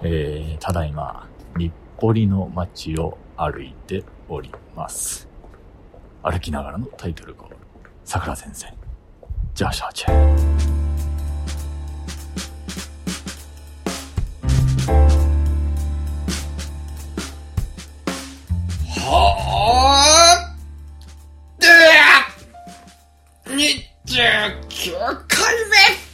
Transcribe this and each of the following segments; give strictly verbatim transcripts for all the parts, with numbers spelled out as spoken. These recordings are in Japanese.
えー、ただいま日暮里の街を歩いております。歩きながらのタイトルコール、桜前線ジャーシャーチェはぁでにじゅうきゅうかいめ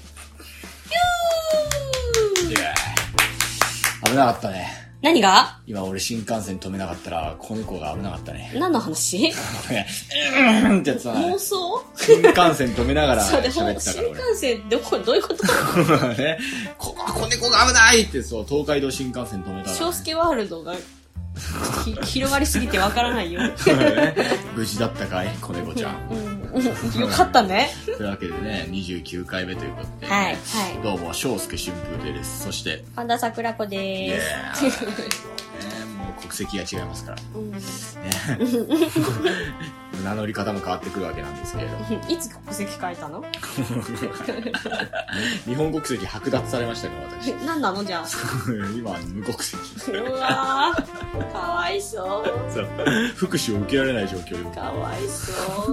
危なかったね。 何が？ 今俺新幹線止めなかったら子猫が危なかったね。 何の話？ うーんってやつだね。 妄想？ 新幹線止めながらそうで喋ってたから新幹線どこどういうこと？ ね、こ子猫が危ないってそう東海道新幹線止めたから、ね。 小助ワールドが広がりすぎてわからないよ。 無事だったかい子猫ちゃん。 うんうん、よかったね。 というわけでね、にじゅうきゅうかいめということで、ね、 はいはい。 どうも翔介春風亭です。そして神田桜子でーす。 ね、もう国籍が違いますから、 うんね、名乗り方も変わってくるわけなんですけれども、 いつ国籍変えたの？ 日本国籍剥奪されましたから私。 何なのじゃあ。 今無国籍。 うわー、かわいそう。 そう、福祉を受けられない状況よ。 かわいそう。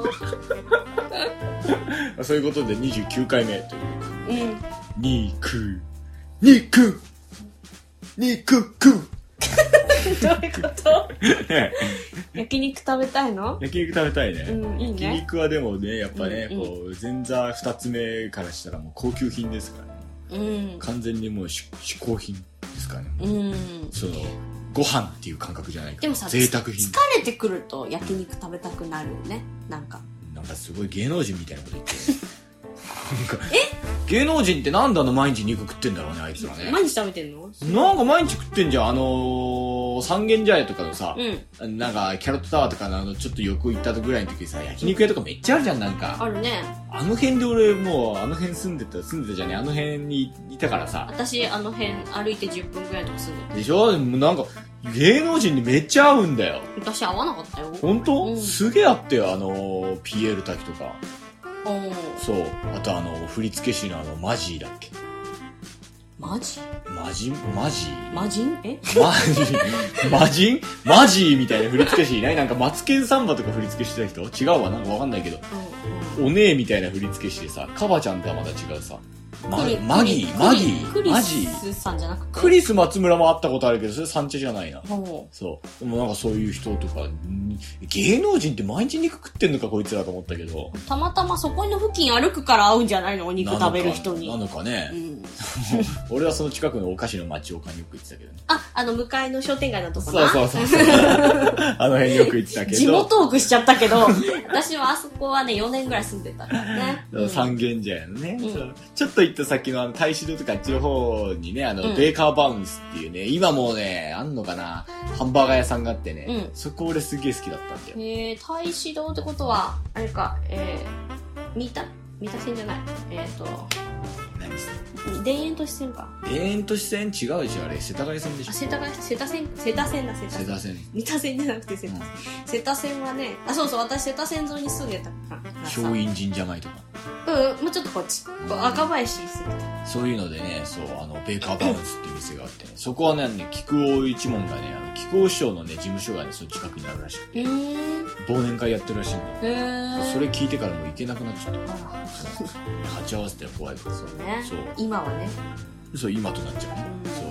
そういうことでにじゅうきゅうかいめという。 うん。 肉、肉、肉く。 どういうこと焼肉食べたいの？ 焼肉食べたいね。 うん、いいね。 焼肉はでもね、やっぱね、 うんうん、 こう、前座二つ目からしたらもう高級品ですからね。 うん。 完全にもう嗜好品ですからね。 うん。 その、ご飯っていう感覚じゃないから。 でもさ、 贅沢品。 疲れてくると焼肉食べたくなるよね。なんか。 なんかすごい芸能人みたいなこと言ってる。え？芸能人ってなんであの毎日肉食ってんだろうね、あいつらね。 毎日食べてんの？ なんか毎日食ってんじゃん。あのー、三軒茶屋とかのさ、 うん、 なんかキャロットタワーとかのあのちょっと横行ったぐらいの時にさ、焼肉屋とかめっちゃあるじゃん、なんか。 あるね。 あの辺で俺もう、あの辺住んでた、住んでたじゃねえ、あの辺にいたからさ。 私、あの辺歩いてじゅっぷんぐらいのとこ住んででしょ？もうなんか、芸能人にめっちゃ合うんだよ。 私会わなかったよ。 ほんと？ うん、 すげえあったよ、あのー、ピエール滝とか。そう。あとあの、振付師のあの、マジーだっけ？ マジ？ マジマジマジン？え？ マジマジンマジーみたいな振付師いない？なんかマツケンサンバとか振付してた人？違うわ、なんかわかんないけど。うんうん、おねえみたいな振付師でさ、カバちゃんとはまた違うさ。マギーマギーマギークリスさんじゃなくてクリス松村も会ったことあるけど、それサンチェじゃないな。 そうでもなんかそういう人とか、芸能人って毎日肉食ってんのかこいつらと思ったけど、 たまたまそこの付近歩くから会うんじゃないの？お肉食べる人に。 なのかね、うん、俺はその近くのお菓子の町岡によく行ってたけどね。 あ、あの向かいの商店街のとこな。 そうそうそうそうあの辺よく行ってたけど、 地元トークしちゃったけど私はあそこはねよねんぐらい住んでたからね、 うん、三軒茶屋のね、 うん、 そうちょっと行った先のあの大使堂とかあっちの方にね、あの、うん、ベーカーバウンスっていうね、今もうね、あんのかな、ハンバーガー屋さんがあってね、うん、そこ俺すげえ好きだったんだよ。 へえ、大使堂ってことは、あれか、えー、三田、三田線じゃない、えっ、ー、と、 何ですか？ 田園都市線か。 田園都市線違うでしょ、あれ、世田谷線でしょ。 あ、世田谷、世田線、世田線だ、世田線。 世田線。 三田線じゃなくて世田線。うん、世田線はね、あ、そうそう、私世田線沿いに住んでたから。 松陰神社前とか。 うん、もうちょっとこっち。うん、赤林に住んでた。 そういうのでね、そう、あの、ベーカーバウンスっていう店があってね、そこはね、菊尾一門がね、あの、菊尾師匠のね、事務所がね、その近くにあるらしくて、忘年会やってるらしいんだよ。それ聞いてからもう行けなくなっちゃった。鉢合わせて怖いから。 そうね。そう。今はね。 そう、今となっちゃうね。そう。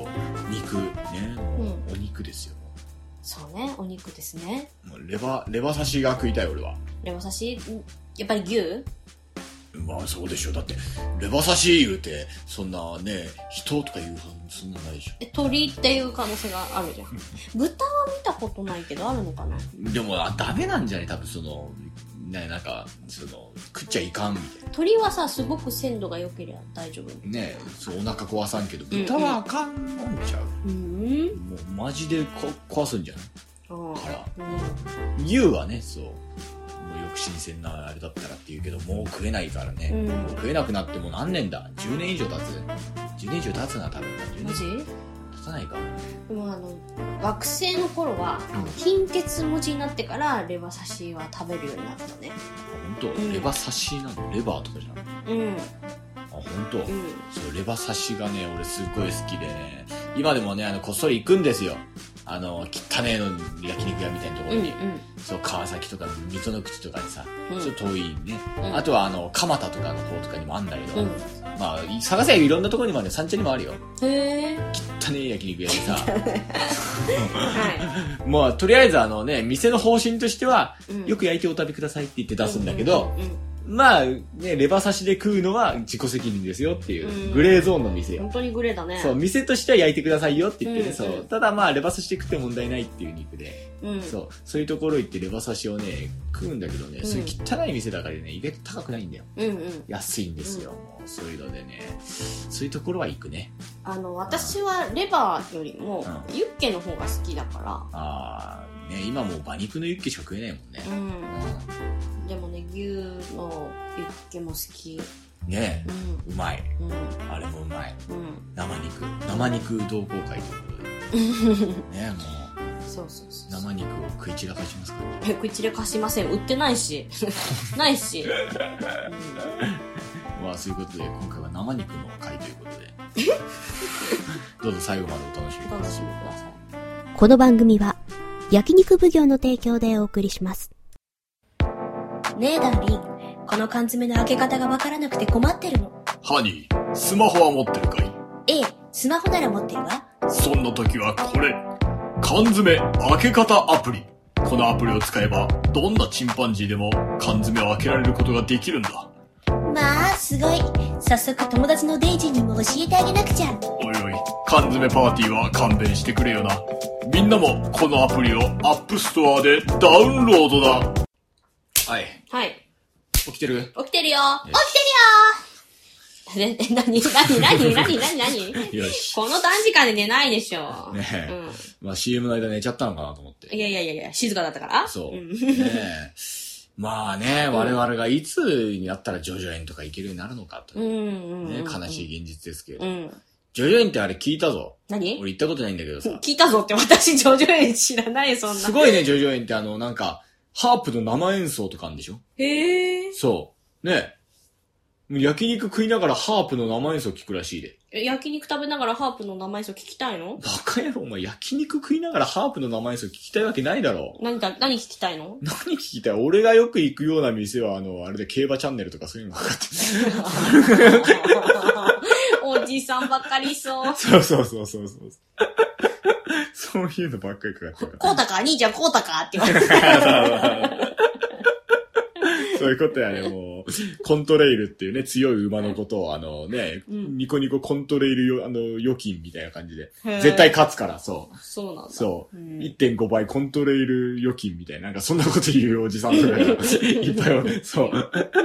肉、ね、もう、お肉ですよ。 そうね、お肉ですね。 もうレバ、レバ刺しが食いたい、俺は。 レバ刺しやっぱり牛？ まあそうでしょ。だってレバ刺し言うてそんなね、人とか言うそんなないでしょ。 え、鳥っていう可能性があるじゃん豚は見たことないけどあるのかな。 でもあダメなんじゃない多分そのね、なんかその食っちゃいかんみたいな。 鳥はさすごく鮮度が良ければ大丈夫ね。そうお腹壊さんけど豚はあかんもんちゃう。うん、うん、もうマジでこ壊すんじゃないから、うん、牛はね、そうよく新鮮なあれだったらって言うけど、もう食えないからね、うん、もう食えなくなってもう何年だ、じゅうねん以上経つじゅうねん以上経つな多分。 マジ経たないか。 でもあの学生の頃は、うん、貧血持ちになってからレバ刺しは食べるようになったね。 本当、うん、レバ刺しなの？レバーとかじゃん。うん。あ、本当。うん、そうレバ刺しがね俺すっごい好きでね、 今でもね、あの、こっそり行くんですよ。あの、汚ねえの焼肉屋みたいなところに。うんうん、そう、川崎とか、溝の口とかにさ、うん、ちょっと遠いね。うん、あとは、あの、蒲田とかの方とかにもあんだけど、うん、まあ、探せばいろんなところにもね、三茶にもあるよ。 へぇ汚ねえ焼肉屋でさ。はい。もう、とりあえずあのね、店の方針としては、うん、よく焼いてお食べくださいって言って出すんだけど、うんうんうんうんまあ、ね、レバ刺しで食うのは自己責任ですよっていう、グレーゾーンの店よ。 本当にグレーだね。 そう、店としては焼いてくださいよって言ってね、うん、そう。ただまあ、レバ刺しで食って問題ないっていう肉で、うん、そう、そういうところ行ってレバ刺しをね、食うんだけどね、うん、そういう汚い店だからね、意外と高くないんだよ。うんうん、安いんですよ、うん、もう、そういうのでね、そういうところは行くね。 あの、私はレバーよりも、うん、ユッケの方が好きだから。 ああ、ね、今もう馬肉のユッケしか食えないもんね。うん。 うん、でもね、牛のユッケも好き。 ねえ、うん、うまい、うん、あれもうまい、うん、生肉生肉同好会ということでねえもうそうそうそう生肉を食い散らかしますかえ食い散らかしません売ってないしないし、うん、 まあそういうことで今回は生肉の会ということでどうぞ最後までお楽しみください。 この番組は焼肉奉行の提供でお送りします。 ねえダーリンこの缶詰の開け方がわからなくて困ってるの。 ハニー、スマホは持ってるかい？ ええ、スマホなら持ってるわ。 そんな時はこれ。缶詰開け方アプリ。このアプリを使えば、どんなチンパンジーでも缶詰を開けられることができるんだ。 まあ、すごい。早速友達のデイジーにも教えてあげなくちゃ。 おいおい、缶詰パーティーは勘弁してくれよな。みんなもこのアプリをアップストアでダウンロードだ。 はい。 はい。 起きてる？ 起きてるよ起きてるよえ、なになになになになになによし。この短時間で寝ないでしょ。 ねえ。うん。まあ シーエム の間寝ちゃったのかなと思って。 いやいやいやいや、静かだったから？ そう。うん、ねえ。まあね、我々がいつになったらジョジョ園とか行けるようになるのかと。うんうんうん、ね、悲しい現実ですけど。うん。ジョジョ園ってあれ聞いたぞ。 何？ 俺行ったことないんだけどさ。 聞いたぞって私ジョジョ園知らないよ、そんな。 すごいね、ジョジョ園ってあの、なんか、ハープの生演奏とかあるんでしょ？ へー。 そう。ね。焼肉食いながらハープの生演奏聞くらしいで。 え、焼肉食べながらハープの生演奏聞きたいの？ バカ野郎、お前焼肉食いながらハープの生演奏聞きたいわけないだろ。 何か、何聞きたいの？ 何聞きたい？俺がよく行くような店は、あの、あれで競馬チャンネルとかそういうのがかかってる。 おじさんばっかりそう。 そうそうそうそうそう。そういうのばっかりかかってる。 こうたか兄ちゃんこうたかって言われて。 そういうことやね、もう。コントレイルっていうね、強い馬のことを、あのね、うん、ニコニココントレイルよ、あの、預金みたいな感じで。絶対勝つから、そう。 そうなんだ。 そう。うん、いってんご 倍コントレイル預金みたいな、なんかそんなこと言うおじさんとかがいっぱい、そう。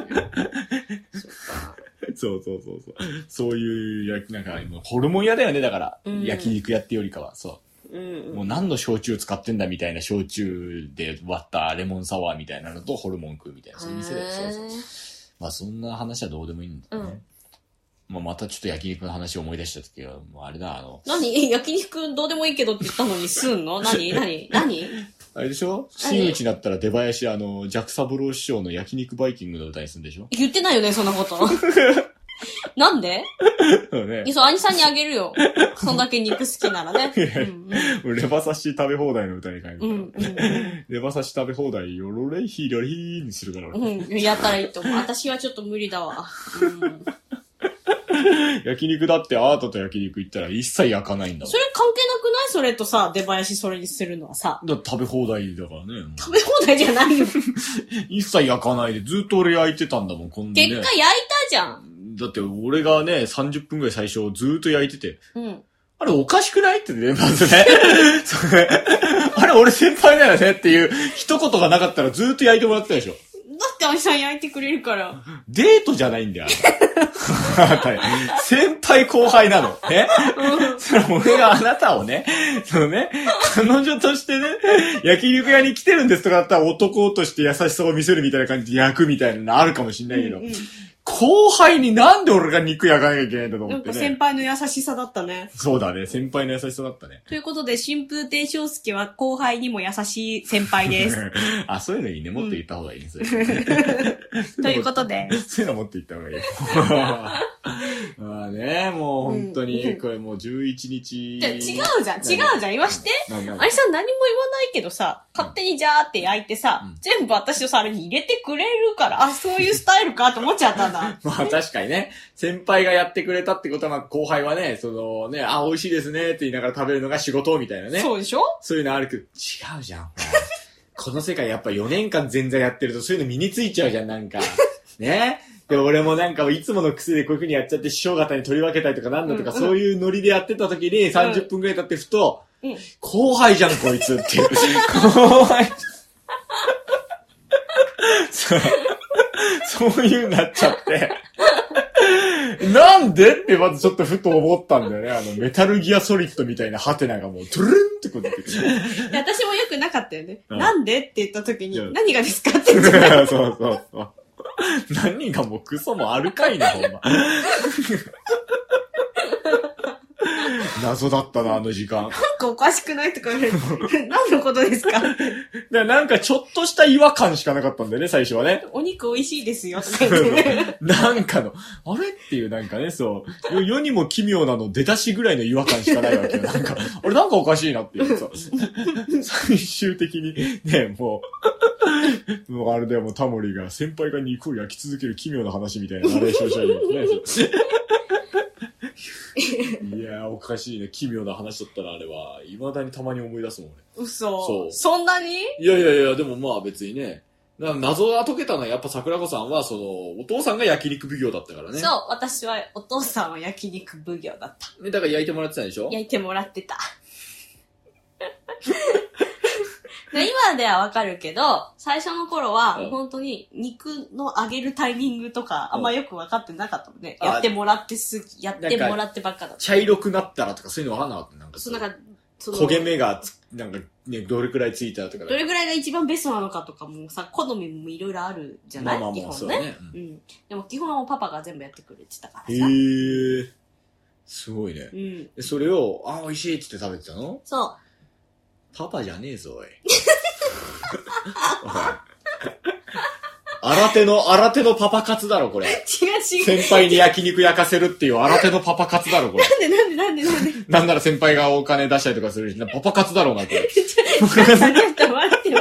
そうそうそうそう。そういう、なんか、ホルモン屋だよね、だから。うん、焼肉屋ってよりかは、そう。うんうん、もう何の焼酎使ってんだみたいな焼酎で割ったレモンサワーみたいなのとホルモン食うみたいな、そういう店で。そうそう。まあそんな話はどうでもいいんだよね。うん、まあまたちょっと焼肉の話を思い出した時は、もうあれだ、あの。 何？焼肉どうでもいいけどって言ったのにすんの？何？何？何？ あれでしょ？真打ちになったら出囃子、あの、ジャック・サブロー師匠の焼肉バイキングの歌にするんでしょ？ 言ってないよね、そんなこと。なんで？そうね。そう、兄さんにあげるよ。そんだけ肉好きならね。 うんうん、レバ刺し食べ放題の歌に変える。うんうんうん、レバ刺し食べ放題、よろれひろりーにするから。 うん、やったらいいと思う。私はちょっと無理だわ。うん焼肉だってアートと焼肉行ったら一切焼かないんだもん。 それ関係なくない？それとさ、出囃子それにするのはさ。 だって食べ放題だからね。 食べ放題じゃないよ。 一切焼かないでずっと俺焼いてたんだもん、こんなね。 結果焼いたじゃん。 だって俺がね、さんじゅっぷんくらい最初ずっと焼いてて。うん。あれおかしくないってね、まずね。それあれ俺先輩だよねっていう一言がなかったらずっと焼いてもらってたでしょ。 だって兄さん焼いてくれるから。 デートじゃないんだよ。先輩後輩なの。ね。うん、それ俺があなたをね、そのね、彼女としてね、焼肉屋に来てるんですとかだったら男として優しさを見せるみたいな感じで焼くみたいなのあるかもしんないけど。うんうん、後輩になんで俺が肉焼かなきゃいけないんだと思ってね。 なんか先輩の優しさだったね。 そうだね。先輩の優しさだったね。 ということで、春風亭昇介は後輩にも優しい先輩です。 あ、そういうのいいね。もっと言った方がいいね。うん、 ということで。 そういうのもっと言った方がいい。 まあね、もう本当に、うん、これもうじゅういちにち。 違うじゃん、違うじゃん、言わして。あいさん何も言わないけどさ、勝手にジャーって焼いてさ、うん、全部私の皿に入れてくれるから、あ、そういうスタイルかと思っちゃったんだ。 まあ確かにね、先輩がやってくれたってことは、まあ後輩はね、そのね、あ、美味しいですねって言いながら食べるのが仕事みたいなね。 そうでしょ？ そういうのあるけど、違うじゃん。この世界やっぱよねんかん前座やってるとそういうの身についちゃうじゃん、なんか。ね。で、俺もなんかいつもの癖でこういう風にやっちゃって師匠方に取り分けたりとかなんだとか、うんうん、そういうノリでやってた時にさんじゅっぷんくらい経ってふと、うん、後輩じゃんこいつっていう。後輩。そう。そういうなっちゃって。なんでってまずちょっとふと思ったんだよね。あの、メタルギアソリッドみたいなハテナがもう、トゥルンってこう出てくる。 私もよくなかったよね。うん、なんでって言った時に、何がですかって言っちゃう。 そうそうそう。何がもうクソもあるかいな、ほんま。謎だったな、あの時間。 なんかおかしくないとか言われる。何のことですか？ でなんかちょっとした違和感しかなかったんだよね、最初はね。 お肉美味しいですよ、とか言ってね。 なんかの、あれっていうなんかね、そう。世にも奇妙なの出だしぐらいの違和感しかないわけよ。なんか、あれなんかおかしいなっていうさ。最終的に、ね、もう、もうあれだよ、もうタモリが先輩が肉を焼き続ける奇妙な話みたいなナレーションしちゃうね。いやー、おかしいね。奇妙な話だったらあれは、未だにたまに思い出すもんね。 嘘。そう。そんなに？ いやいやいや、でもまあ別にね。謎が解けたのはやっぱ桜子さんは、その、お父さんが焼肉奉行だったからね。 そう、私は、お父さんは焼肉奉行だった。 だから焼いてもらってたんでしょ？ 焼いてもらってた。今ではわかるけど、最初の頃は、本当に肉の揚げるタイミングとか、あんまよくわかってなかったもんね。やってもらってすぐ、やってもらってばっかだった。 茶色くなったらとかそういうのわかんなかった。なんかそう。なんか、その焦げ目が、なんかね、どれくらいついたとか。 どれくらいが一番ベストなのかとかもさ、好みもいろいろあるじゃない？まあまあまあ、そうね。うん。でも基本はパパが全部やってくれてたからさ。へー。すごいね。うん。それを、あ、美味しいって言って食べてたの？ そう。 パパじゃねえぞ、おい。新手の、新手のパパ活だろ、これ。違う違う。 先輩に焼肉焼かせるっていう新手のパパ活だろ、これ。 なんでなんでなんでなんでなんなら先輩がお金出したりとかするし、パパ活だろうな、これ。 ちょっと待って待って待って。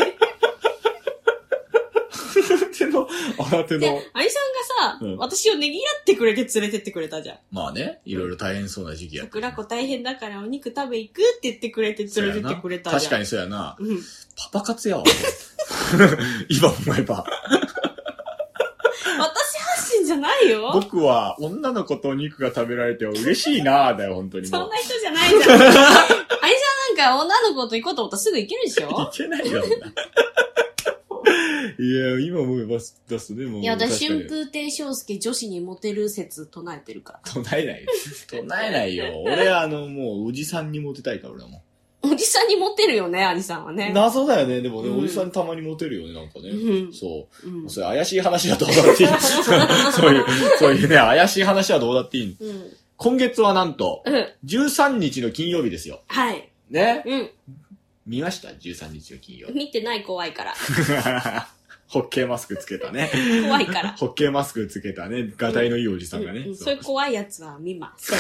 新手の、新手の。 アリさんがさ、うん、私をねぎらってくれて連れてってくれたじゃん。 まあね、いろいろ大変そうな時期やった。 桜子大変だからお肉食べ行くって言ってくれて連れてってくれたじゃん。 確かにそうやな。うん、パパ活やわ。今思えば。 私発信じゃないよ。 僕は女の子とお肉が食べられて嬉しいなぁだよ、本当にもう。 そんな人じゃないじゃん。アリさんなんか女の子と行こうと思ったらすぐ行けるでしょ？ 行けないよ。いや、今思えば出すね、もう。 いや、私、春風亭昇介女子にモテる説唱えてるから。 唱えないよ。唱えないよ。俺はあの、もう、おじさんにモテたいから、俺はもう。おじさんにモテるよね、アリさんはね。 謎だよね。でもね、うん、おじさんにたまにモテるよね、なんかね。うん、そう。うん、それ怪しい話はどうだっていい。そういう、そういうね、怪しい話はどうだっていい。うん、今月はなんと、うん、じゅうさんにちの金曜日ですよ。 はい。 ね。うん。見ました ?じゅうさんにちの金曜日。 見てない、怖いから。 ホッケーマスクつけたね。 怖いから。 ホッケーマスクつけたね。ガタイのいいおじさんがね。うんうん、 そういう怖いやつは見ません。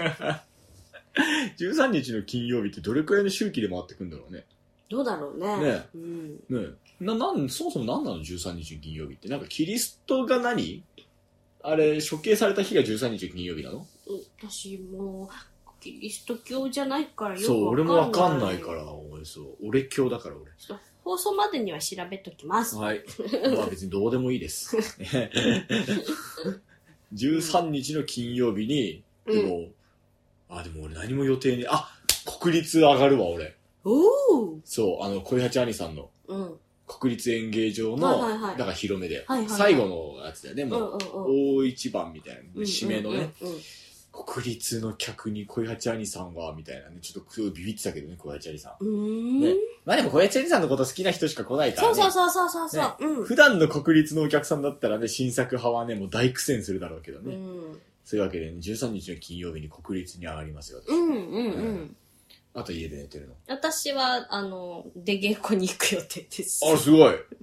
じゅうさんにちの金曜日ってどれくらいの周期で回ってくんだろうね。 どうだろうね。 ねえ。うん、ねえ。な、なん、そもそも何なのじゅうさんにちの金曜日って。なんかキリストが何あれ、処刑された日がじゅうさんにちの金曜日なの？ 私もう、キリスト教じゃないからよくわかんない。 そう、俺もわかんないから、俺そう。俺教だから俺。 放送までには調べときます。 はい。まあ別にどうでもいいです。じゅうさんにちの金曜日に、でも、うん、あ、でも俺何も予定に、あ、国立上がるわ、俺。 おー。 そう、あの、小八兄さんの、うん、国立演芸場の、はいはいはい、だから広めで、はいはいはい、最後のやつだよね、もう、うんうんうん、大一番みたいな、締めのね。うんうんうんうん、国立の客に小八兄さんは、みたいなね。ちょっとビビってたけどね、小八兄さん。うーん、ね。まあでも小八兄さんのこと好きな人しか来ないからね。 そうそうそうそうそう、ね、うん。 普段の国立のお客さんだったらね、新作派はね、もう大苦戦するだろうけどね。うん、そういうわけでね、じゅうさんにちの金曜日に国立に上がりますよ。 うんうんうん。うん、 あと家で寝てるの？ 私は、あの、出稽古に行く予定です。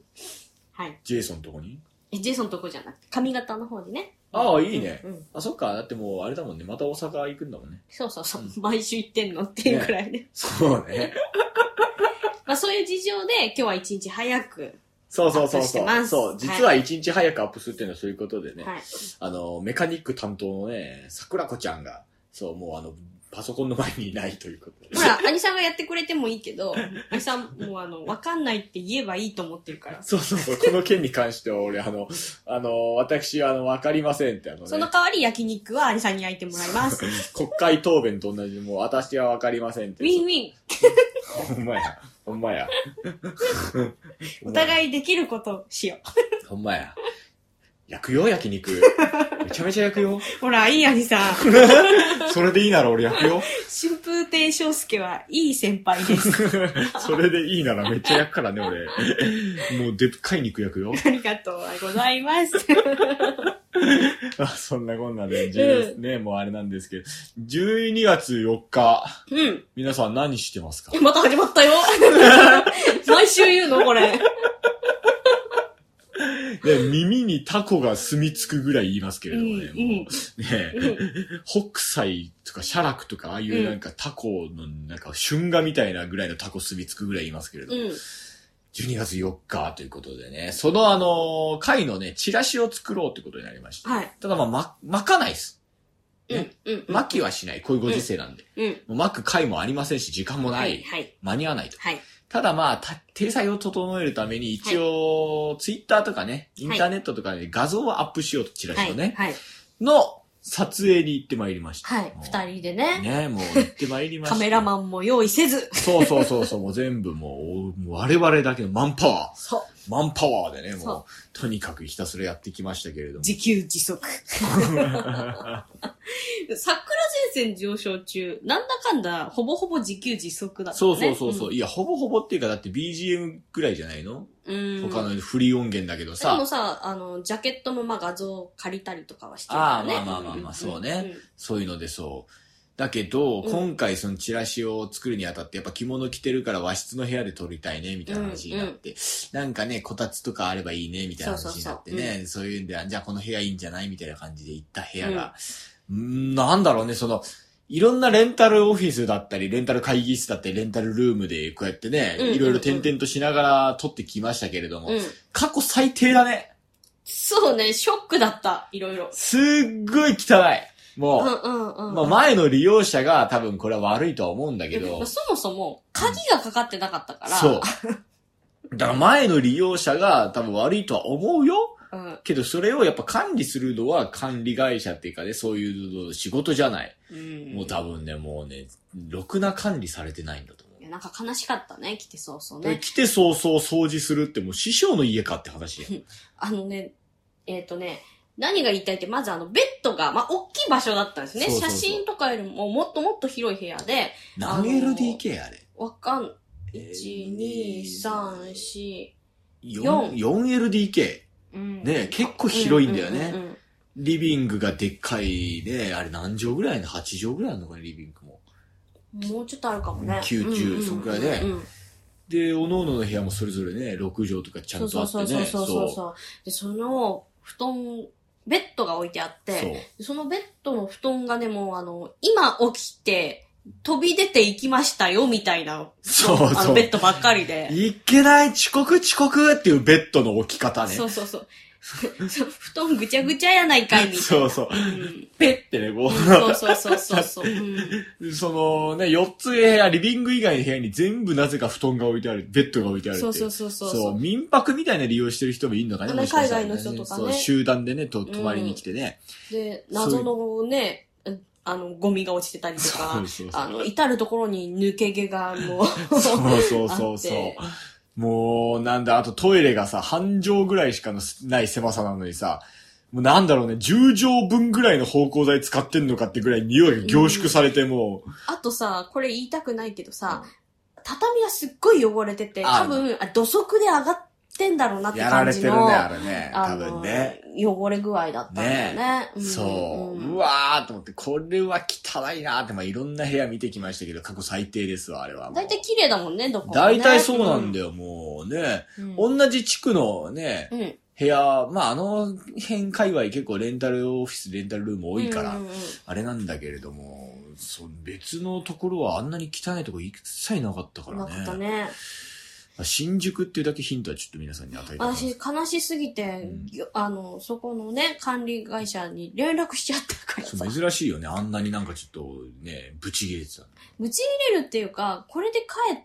あ、すごい。 はい。 ジェイソンのとこに？ え、ジェイソンのとこじゃなくて、髪型の方にね。 ああ、いいね。 うんうん、 あ、そっか。だってもう、あれだもんね。また大阪行くんだもんね。 そうそうそう。うん、毎週行ってんのっていうくらいね。 そうね。 まあそういう事情で、今日は一日早く。 そうそうそうそう。そう。実は一日早くアップするっていうのはそういうことでね。はい。あの、メカニック担当のね、桜子ちゃんが、そう、もうあの、パソコンの前にいないということで。 ほら、兄さんがやってくれてもいいけど、兄さんもうあの、わかんないって言えばいいと思ってるから。 そうそうそう。この件に関しては俺、あの、あの、私、あの、わかりませんってあの、ね。 その代わり焼肉は兄さんに焼いてもらいます。 国会答弁と同じで、もう私はわかりませんって。 ウィンウィン。 ほんまや。ほんまや。 お互いできることしよう。ほんまや。焼くよ、焼肉。めちゃめちゃ焼くよ。 ほら、いい兄さん。 それでいいなら俺焼くよ。 春風亭昇介はいい先輩です。 それでいいならめっちゃ焼くからね、俺。もうでっかい肉焼くよ。 ありがとうございます。 あ、そんなこんなで、うん、ね、もうあれなんですけど、じゅうにがつよっか。うん。皆さん何してますか？ また始まったよ。毎週言うのこれ。 で耳にタコが住み着くぐらい言いますけれどもね、うん、もう、ね、うん、北斎とか写楽とか、ああいうなんかタコのなんか春画みたいなぐらいのタコ住み着くぐらい言いますけれども、うん、じゅうにがつよっかということでね、そのあの、会のね、チラシを作ろうということになりました。はい、ただまあ、ま、巻かないです。ね、うんうんうん、巻きはしない。こういうご時世なんで。うんうん、もう巻く会もありませんし、時間もない。はいはい、間に合わないと。はい、ただまあ、体裁を整えるために一応、はい、ツイッターとかね、インターネットとかで画像をアップしようと、チラシをね、はいはい、の撮影に行ってまいりました。 はい。二人でね。 ね、もう行ってまいりました。 カメラマンも用意せず。 そうそうそうそう、もう全部もう、もう我々だけのマンパワー。そう。マンパワーでね、もう、とにかくひたすらやってきましたけれども。 自給自足。桜前線上昇中、なんだかんだ、ほぼほぼ自給自足だったね。 そうそうそうそう、うん。いや、ほぼほぼっていうか、だって ビージーエム ぐらいじゃないの？うん。他のフリー音源だけどさ。 でもさ、あの、ジャケットのまあ画像借りたりとかはしてるからね。 ああ、まあまあまあまあ、そうね、うんうん。そういうのでそう。だけど、うん、今回そのチラシを作るにあたってやっぱ着物着てるから和室の部屋で撮りたいねみたいな話になって、うんうん、なんかねこたつとかあればいいねみたいな話になってね、そうそうそう、うん、そういうんでじゃあこの部屋いいんじゃないみたいな感じで行った部屋が、うん、なんだろうね、そのいろんなレンタルオフィスだったりレンタル会議室だったりレンタルルームでこうやってね、うんうんうん、いろいろ点々としながら撮ってきましたけれども、うん、過去最低だね。 そうね、ショックだった、いろいろ。 すっごい汚い。もう、うんうんうん、まあ前の利用者が多分これは悪いとは思うんだけど。 そもそも鍵がかかってなかったから。 そう。だから前の利用者が多分悪いとは思うよ。うん、けどそれをやっぱ管理するのは管理会社っていうかね、そういう仕事じゃない。うん、もう多分ね、もうね、ろくな管理されてないんだと思う。 いやなんか悲しかったね、来て早々ね。 来て早々掃除するってもう師匠の家かって話や。 あのね、えっとね、何が言いたいって、まずあの、ベッドが、まあ、大きい場所だったんですね。そうそうそう、写真とかよりももっともっと広い部屋で。 何 エルディーケー あれわかん、いち、に、さん、よん、よん。 よんエルディーケー。うん、ね結構広いんだよね、うんうんうんうん。リビングがでっかいね、あれ何畳ぐらいの ?はち 畳ぐらいあるのかね、リビングも。 もうちょっとあるかもね。 きゅう、じゅう、そんくらいで、うんうん。で、各々の部屋もそれぞれね、ろく畳とかちゃんとあってね。 そうそうそうそうそう。で、その、布団、ベッドが置いてあって、そ, そのベッドの布団がね、もうあの、今起きて、飛び出て行きましたよ、みたいな。 そうそう。 あのベッドばっかりで。 いけない遅刻遅刻っていうベッドの置き方ね。 そうそうそう。布団ぐちゃぐちゃやないかいみたいな。 そうそう。うん、ペッてね、こう。 そうそうそうそうそう、 うん。そのね、よっつ部屋、リビング以外の部屋に全部なぜか布団が置いてある、ベッドが置いてあるって。 そうそうそうそう。 そう、民泊みたいな利用してる人もいるのかね、 ね、海外の人とかね。そう、 集団でね、と泊まりに来てね。 うん、で、謎のね、あの、ゴミが落ちてたりとか、そうそうそう、あの、至るところに抜け毛がもう、 そうそうそうそう。もう、なんだ、あとトイレがさ、半畳ぐらいしかのない狭さなのにさ、もうなんだろうね、じゅう畳分ぐらいの芳香剤使ってんのかってぐらい匂いが凝縮されてもう、うん。 あとさ、これ言いたくないけどさ、畳がすっごい汚れてて、多分、土足で上がってんだろうなって感じの。 やられてるね、あれね。多分ね。 汚れ具合だったんだよね。ねうん、そう、うん。うわーと思って、これは汚いなーって、まあいろんな部屋見てきましたけど、過去最低ですわ、あれは。 だいたい綺麗だもんね、どこも、ね。 だいたいそうなんだよ、うん、もうね。うん、同じ地区のね、うん、 部屋、まあ、あの辺界隈結構レンタルオフィス、レンタルルーム多いから、うんうんうん、あれなんだけれども、そう別のところはあんなに汚いところ一切なかったからね。なかったね。新宿っていうだけヒントはちょっと皆さんに与えて私、悲しすぎて、うん、あの、そこのね、管理会社に連絡しちゃったからさ。 珍しいよね。あんなになんかちょっとね、ブチ切れてた。 ブチ切れるっていうか、これで帰って、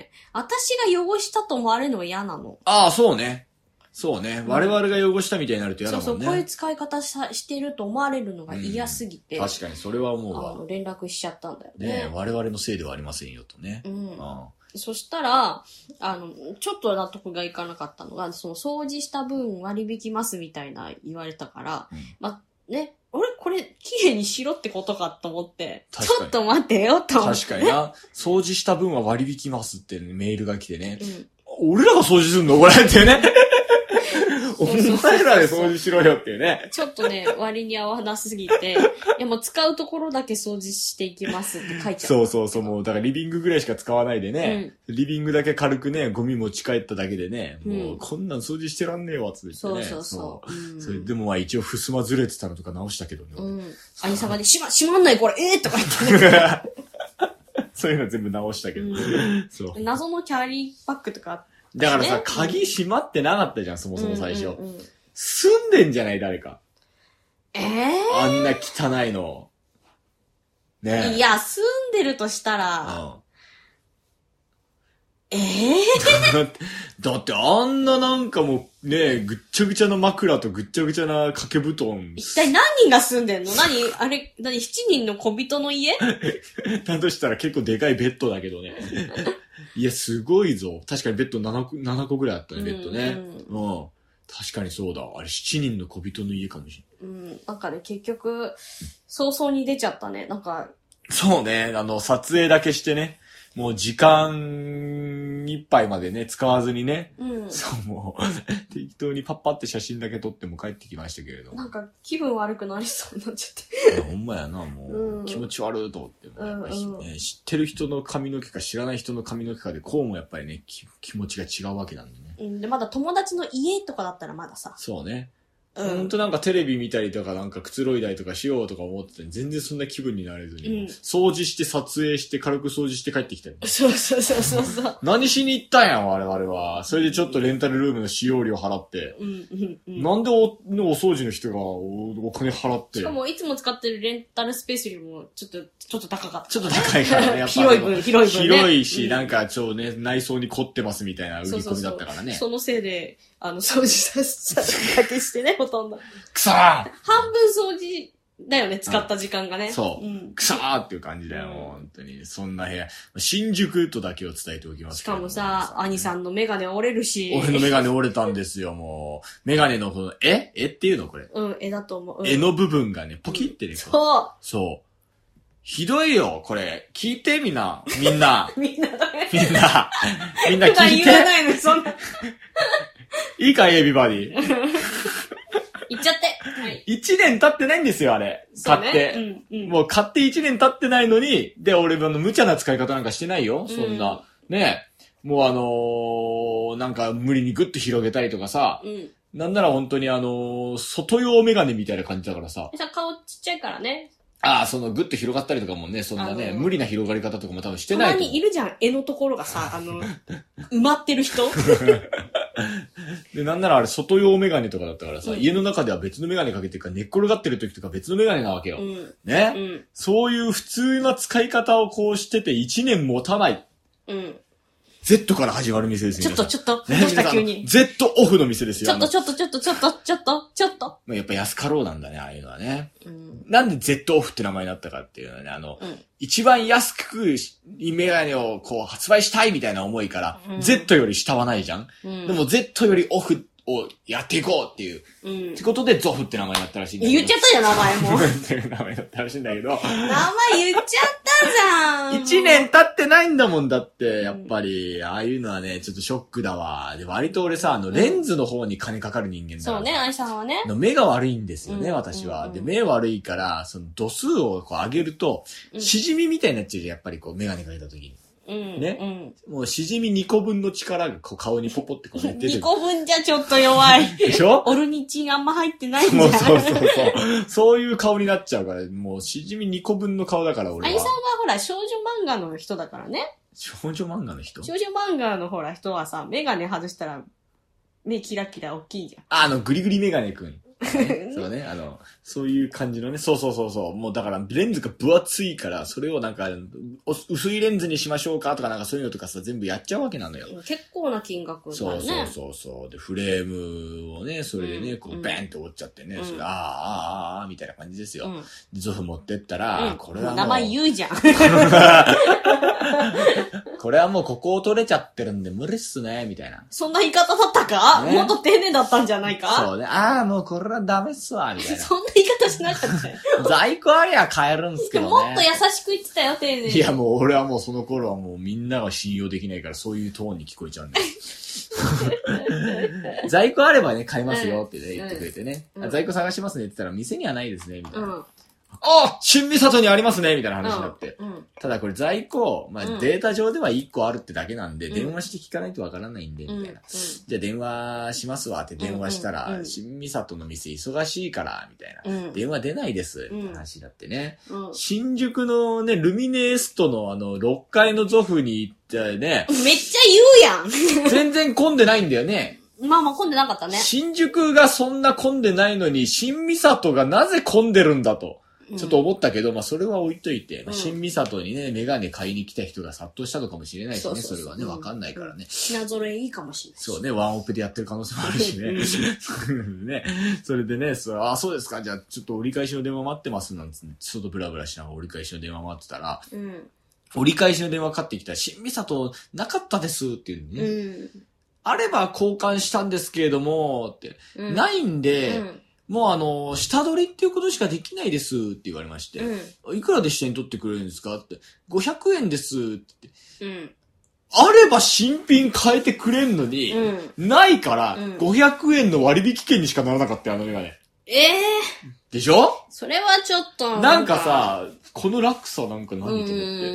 私が汚したと思われるのが嫌なの。 ああ、そうね。そうね、うん。我々が汚したみたいになると嫌だもんね。 そうそう、こういう使い方さしてると思われるのが嫌すぎて。 うん、確かに、それは思うわ。 あの、連絡しちゃったんだよね。 ねえ、我々のせいではありませんよとね。うん。 ああそしたら、あの、ちょっと納得がいかなかったのが、その掃除した分割引きますみたいな言われたから、うん、ま、ね、俺これ綺麗にしろってことかと思って、ちょっと待ってよと思って。 確かにな。掃除した分は割引きますって、ね、メールが来てね。うん、俺らが掃除するのこれってね。お前らで掃除しろよっていうね。 ちょっとね、割に合わなすぎて、いやもう使うところだけ掃除していきますって書いちゃった。 そうそうそう、もうだからリビングぐらいしか使わないでね、うん、リビングだけ軽くね、ゴミ持ち帰っただけでね、うん、もうこんなん掃除してらんねえわつってね。 そうそうそう。 うん、それでもまあ一応襖ずれてたのとか直したけどね。 うん。兄様で、しま、しまんないこれ、えー、とか言ってね。 そういうの全部直したけど。うん、 そう。謎のキャリーバッグとかあって。 だからさ、ね、鍵閉まってなかったじゃん、そもそも最初。うんうんうん、住んでんじゃない誰か。 ええー、 あんな汚いの。ねえ。いや、住んでるとしたら。うん、ええー、だって、だってあんななんかもうね、ぐっちゃぐちゃな枕とぐっちゃぐちゃな掛け布団。 一体何人が住んでんの？何あれ、何しちにんの小人の家？ だとしたら結構でかいベッドだけどね。いや、すごいぞ。確かにベッドななこ、ななこぐらいあったね、ベッドね。うん、うん。確かにそうだ。あれしちにんの小人の家かもしれない。うん。なんかね、結局、早々に出ちゃったね。なんか。 そうね。あの、撮影だけしてね。もう時間いっぱいまでね、使わずにね。うん。そう、もう、適当にパッパって写真だけ撮っても帰ってきましたけれど。 なんか気分悪くなりそうになっちゃって。 いや、ほんまやな、もう。うん、気持ち悪いと思って。やっぱりね、うんうん、知ってる人の髪の毛か知らない人の髪の毛かで、こうもやっぱりね、気持ちが違うわけなんでね。 うん。で、まだ友達の家とかだったらまださ。 そうね。うん、ほんとなんかテレビ見たりとかなんかくつろいだりとかしようとか思ってて全然そんな気分になれずに、うん、掃除して撮影して軽く掃除して帰ってきたよ、ね、 そうそうそうそうそう何しに行ったんやん我々は。それでちょっとレンタルルームの使用料払って、うんうんうん、なんで お, お掃除の人が お, お金払って。 しかもいつも使ってるレンタルスペースよりもちょっとちょっと高かった、ね、 ちょっと高いからねやっぱ広い分広い分、ね、 広いし、うん、なんかちょっとね内装に凝ってますみたいな売り込みだったからね。そうそうそう、 そのせいであの掃除させただけしてねほとんどくそー半分掃除だよね、使った時間がね。 そう。うん、くそーっていう感じだよ、もう、本当に。そんな部屋。新宿とだけを伝えておきますけど。しかもさ、兄さんのメガネ折れるし。 俺のメガネ折れたんですよ、もう。メガネのこの、ええっていうのこれ。 うん、絵だと思う。うん、 絵の部分がね、ポキってね、うん。 そう。 そう。ひどいよ、これ。聞いて、みんな。みんな。 みんなだね。 みんな。みんな聞いて。 言わないの、そんな。 いいかい、エビバディ。 言っちゃって。はい。 一年経ってないんですよ、あれ。買って、うんうん。もう買って一年経ってないのに、で、俺、あの、無茶な使い方なんかしてないよ。そんな。うん、ねえ。もうあのー、なんか無理にグッと広げたりとかさ。うん。なんなら本当にあのー、外用メガネみたいな感じだからさ。 さ、顔ちっちゃいからね。 ああ、そのグッと広がったりとかもね、そんなね、無理な広がり方とかも多分してないと。 たまにいるじゃん、絵のところがさ、あの、埋まってる人で、なんならあれ外用メガネとかだったからさ、うん、家の中では別のメガネかけてるから寝っ転がってる時とか別のメガネなわけよ。うん、ね、うん、そういう普通な使い方をこうしてていちねん持たない。うん。Z から始まる店ですよ。ちょっとちょっと、どうした急に。 Z オフの店ですよ。 ちょっとちょっとちょっとちょっとちょっとちょっと。 やっぱ安かろうなんだね、ああいうのはね。うん、なんで Z オフって名前になったかっていうのはね、あの、うん、一番安くメガネをこう発売したいみたいな思いから、うん、Z より下はないじゃん、うん、でも Z よりオフをやっていこうっていう。うん。ってことで、ゾフって名前だったらしいんだけど。 言っちゃったじゃん、名前も。 っていう名前だったらしいんだけど。名前言っちゃったじゃん。一年経ってないんだもんだって、やっぱり、ああいうのはね、ちょっとショックだわ。で、割と俺さ、あの、レンズの方に金かかる人間だから、 うん。そうね、愛さんはね。 目が悪いんですよね、うん、私は、うんうん。で、目悪いから、その度数をこう上げると、うん、しじみみたいになっちゃうじゃん、やっぱりこう、メガネかけた時に。 うん、 ね、うん。もうしじみにこぶんの力がこう顔にポポってこう出てる。 にこぶんじゃちょっと弱い。 でしょ？ オルニチンあんま入ってないんじゃん。 そうそうそうそう。そういう顔になっちゃうから、もうしじみにこぶんの顔だから俺は。 アニさんはほら少女漫画の人だからね。 少女漫画の人？ 少女漫画のほら人はさ、メガネ外したら目キラキラ大きいじゃん。 あ、あの、グリグリメガネくん。そうね、あの、そういう感じのね、そうそうそうそう、もうだからレンズが分厚いから、それをなんか、薄いレンズにしましょうかとかなんかそういうのとかさ、全部やっちゃうわけなのよ。 結構な金額だね。 そうそうそうそう。で、フレームをね、それでね、うん、こう、ベンって折っちゃってね、うん、それあーあーあーみたいな感じですよ。うん、ゾフ持ってったら、うん、これはもう。 名前言うじゃん。 これはもうここを取れちゃってるんで無理っすね、みたいな。 そんな言い方だったか、ね、もっと丁寧だったんじゃないかそうね。ああ、もうこれはダメっすわ、みたいな。 そんな言い方しなかったよ。 在庫ありゃ買えるんすけどね。 もっと優しく言ってたよ、丁寧に。 いや、もう俺はもうその頃はもうみんなが信用できないからそういうトーンに聞こえちゃうんだよ。在庫あればね、買いますよってね、うん、言ってくれてね、うん。在庫探しますねって言ったら、店にはないですね、みたいな。うんあ新三郷にありますねみたいな話になって。うんうん、ただこれ在庫、まあ、データ上ではいっこあるってだけなんで、うん、電話して聞かないとわからないんで、みたいな、うんうん。じゃあ電話しますわって電話したら、うんうん、新三郷の店忙しいから、みたいな。うん、電話出ないです、って話だってね、うん。新宿のね、ルミネエストのあの、ろっかいのゾフに行ってね。 めっちゃ言うやん全然混んでないんだよね。 まあまあ混んでなかったね。 新宿がそんな混んでないのに、新三郷がなぜ混んでるんだと。ちょっと思ったけど、うん、まあそれは置いといて、うん、新三郷にね、メガネ買いに来た人が殺到したのかもしれないしね、そうそうそうそれはね、わかんないからね。 品揃えいいかもしれない。 そうね、ワンオペでやってる可能性もあるしね。ね、それでね、そあ、そうですか、じゃあちょっと折り返しの電話待ってますなんつって、外ブラブラしながら折り返しの電話待ってたら、うん、折り返しの電話かかってきたら、新三郷なかったですっていうね、うん。あれば交換したんですけれども、って、うん、ないんで、うんもうあの、下取りっていうことしかできないですって言われまして。うん、いくらで下に取ってくれるんですかって。ごひゃくえんですって言って。うん、あれば新品変えてくれんのに、うん、ないから、ごひゃくえんの割引券にしかならなかったよ、あのメガネ。 ええー。 でしょそれはちょっとなんか。 なんかさ、この落差なんか何と思って。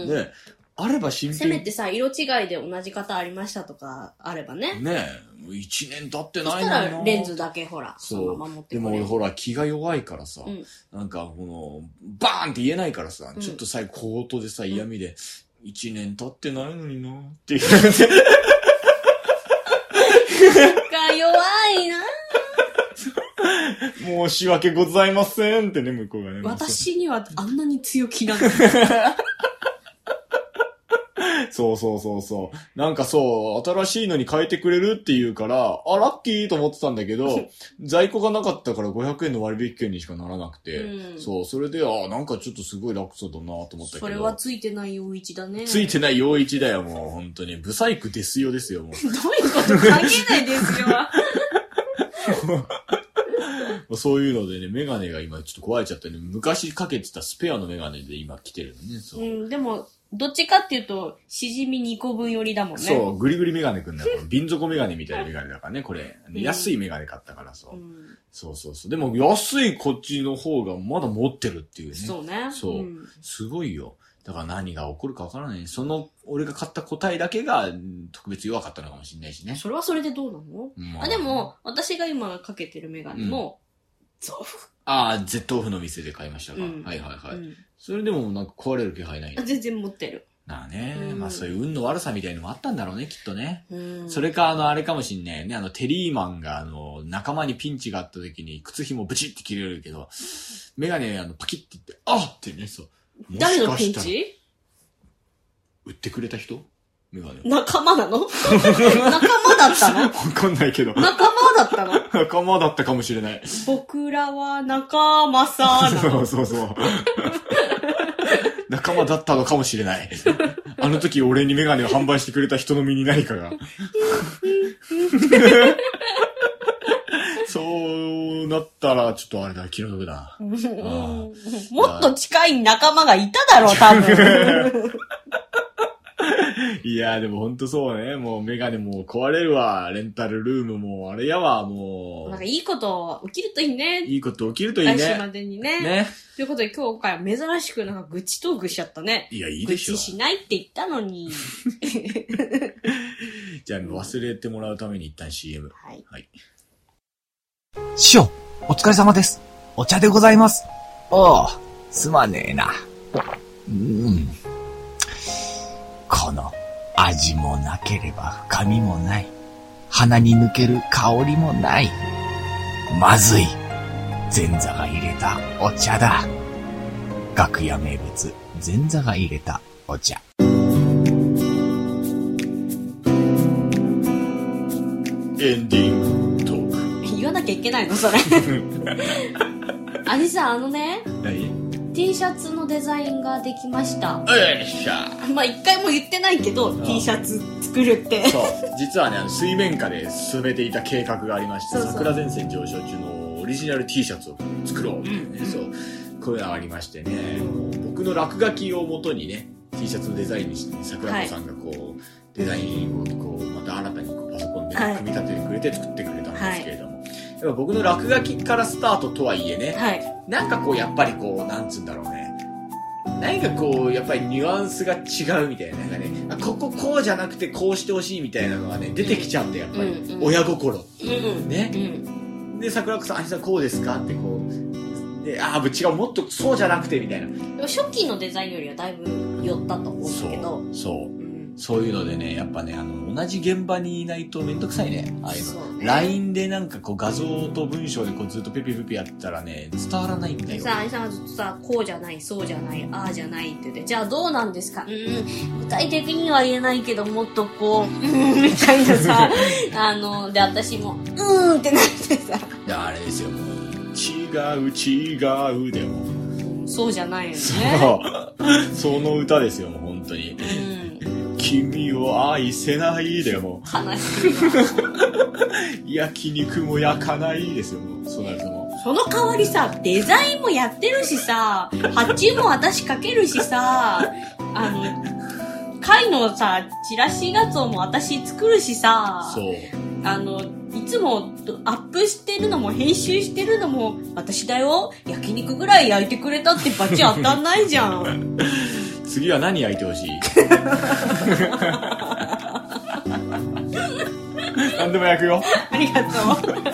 ね。あれば新品。 せめてさ、色違いで同じ型ありましたとかあればね。 ねえ。もう一年経ってないのにな。 そしたらレンズだけほら。 そう。まま持ってでも俺ほら気が弱いからさ、うん、なんかこの、バーンって言えないからさ、うん、ちょっと最後小言でさ、嫌味で、一、うん、年経ってないのになって言われて。 が弱いな申し訳ございませんってね、向こうがね。 私にはあんなに強気なんだ。 そうそうそうそう。なんかそう、新しいのに変えてくれるって言うから、あ、ラッキーと思ってたんだけど、在庫がなかったからごひゃくえんの割引券にしかならなくて、うん、そう、それで、あ、なんかちょっとすごい楽そうだなと思ったけど。 それはついてない陽一だね。 ついてない陽一だよ、もう、本当に。ブサイクですよですよ、もう。 どういうこと関係ないですよ。 そういうのでね、メガネが今ちょっと壊れちゃったね。昔かけてたスペアのメガネで今来てるのね、そう。 うん、でも、どっちかっていうと、しじみにこぶん寄りだもんね。 そう、グリグリメガネくんだよ。瓶底メガネみたいなメガネだからね、これ。うん、安いメガネ買ったからそう、うん。そうそうそう。でも安いこっちの方がまだ持ってるっていうね。 そうね。 そう。うん、すごいよ。だから何が起こるかわからない。その、俺が買った個体だけが特別弱かったのかもしれないしね。 それはそれでどうなの、まあ、あ、でも、私が今かけてるメガネも、うん、ゾフ。 ああ、Z オフの店で買いましたか。うん、はいはいはい、うん。それでもなんか壊れる気配ない。 全然持ってる。 なあね、うん、まあそういう運の悪さみたいのもあったんだろうね、きっとね。うん、それか、あの、あれかもしんないね。あの、テリーマンが、あの、仲間にピンチがあった時に、靴紐ブチって切れるけど、メガネ、あの、パキッて言って、あってね、そう。 誰のピンチ？ 売ってくれた人？メガネ。 仲間なの？仲間だったの？ わかんないけど。 仲間だったの？ 仲間だったかもしれない。 僕らは仲間さーそうそうそう。仲間だったのかもしれない。あの時俺にメガネを販売してくれた人の身に何かが。そうなったらちょっとあれだ、気の毒だ。 もっと近い仲間がいただろう、多分。 いや、でもほんとそうね。もうメガネも壊れるわ。レンタルルームもあれやわ、もう。 なんかいいこと起きるといいね。 いいこと起きるといいね。 来週までにね。 ね。 ということで今回は珍しくなんか愚痴トークしちゃったね。 いや、いいでしょ。 愚痴しないって言ったのに。 じゃあ忘れてもらうために一旦 シーエム。 はい。 はい。 師匠、お疲れ様です。お茶でございます。おう、すまねえな。うん。この味もなければ深みもない。鼻に抜ける香りもない。まずい。前座が入れたお茶だ。楽屋名物、前座が入れたお茶。 エンディングトーク。 言わなきゃいけないのそれ。あれさ、あのね、 何 T シャツのデザインができました。 よっしゃ。 まあ一回も言ってないけど、T シャツ作るって。 そう。実はね、あの水面下で進めていた計画がありまして、そうそう桜前線上昇中のオリジナル T シャツを作ろうっていうね、うん、そう。こういうのがありましてね、もう僕の落書きをもとにね、T シャツのデザインにして、ね、桜子さんがこう、はい、デザインをこう、また新たにこうパソコンで組み立ててくれて作ってくれたんですけれども、はい、やっぱ僕の落書きからスタートとはいえね、はい、なんかこうやっぱりこう、なんつうんだろうね、何かこう、やっぱりニュアンスが違うみたいな、なんかね、あ、こここうじゃなくてこうしてほしいみたいなのがね、出てきちゃうんで、やっぱり、うんうん、親心、うん、ね、うん、で、桜子さん、あひさんこうですかってこう、で、ああ、違う、もっとそうじゃなくてみたいな。 初期のデザインよりはだいぶ寄ったと思うんだけど、 そう、そう、うん、そういうのでね、やっぱね、あの、同じ現場にいないとめんどくさいね、ああいうの。ね、ライン でなんかこう画像と文章でこうずっとペピペピやったらね、伝わらないんだよ。 さあ、あいさんはずっとさ、こうじゃない、そうじゃない、ああじゃないって言って、じゃあどうなんですか、うん、具体的には言えないけど、もっとこう、うん、みたいなさ、あの、で、私も、うーんってなってさ。 いや、あれですよ、もう、違う、違うでも。 そうじゃないよね。 そう。その歌ですよ、もう本当に。うん、君を愛せないでも。 悲しい。焼肉も焼かないですよ、もう。そうなるともう。 その代わりさ、デザインもやってるしさ、発注も私かけるしさ、あの、貝のさ、チラシ画像も私作るしさ、 そう。 あの、いつもアップしてるのも編集してるのも私だよ。焼肉ぐらい焼いてくれたってバチ当たんないじゃん。 次は何焼いてほしい？何でも焼くよ。 ありがとう。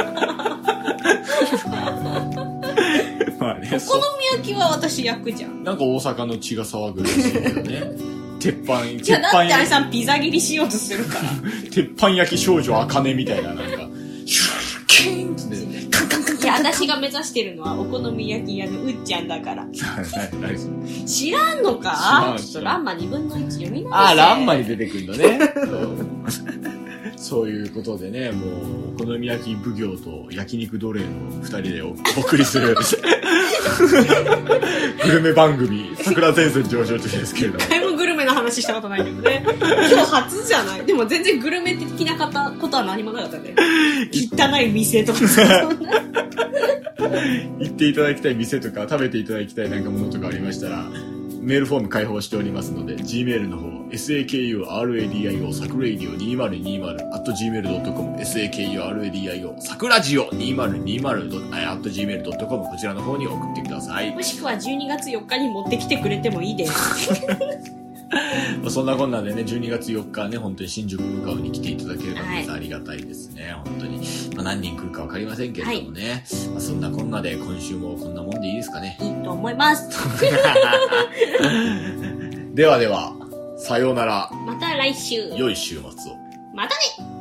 まあね、お好み焼きは私焼くじゃん。 なんか大阪の血が騒ぐらしいけどね。鉄板、鉄板。 いや、だってあれさんピザ切りしようとするから。 鉄板焼き少女あかねみたいな、なんか、シューキーンってね、カンカンカンカン。 いや、私が目指してるのはお好み焼き屋のうっちゃんだから。知らんのか？ちょっとランマにぶんのいち読みなさい。 あ、ランマに出てくるのね。そういうことでね、もう、お好み焼き奉行と焼肉奴隷の二人でお送りする、グルメ番組、桜前線上昇中ですけれども。 一回もグルメの話したことないけどね。今日初じゃない？でも全然グルメ的なことは何もなかったね。汚い店とかさ、そんな。 行っていただきたい店とか、食べていただきたいなんかものとかありましたら、メールフォーム開放しておりますので、Gmail の方、サクラディオ、サクラディオにせんにじゅう アットジーメールドットコム、サクラディオ、サクラジオにせんにじゅう アットジーメールドットコム、こちらの方に送ってください。 もしくはじゅうにがつよっかに持ってきてくれてもいいです。 そんなこんなでね、じゅうにがつよっかね、本当に新宿向かうに来ていただければ皆さんありがたいですね、はい、本当に。まあ、何人来るかわかりませんけれどもね、はい、まあ、そんなこんなで今週もこんなもんでいいですかね。 いいと思います。 ではでは、さようなら。 また来週。 良い週末を。 またね。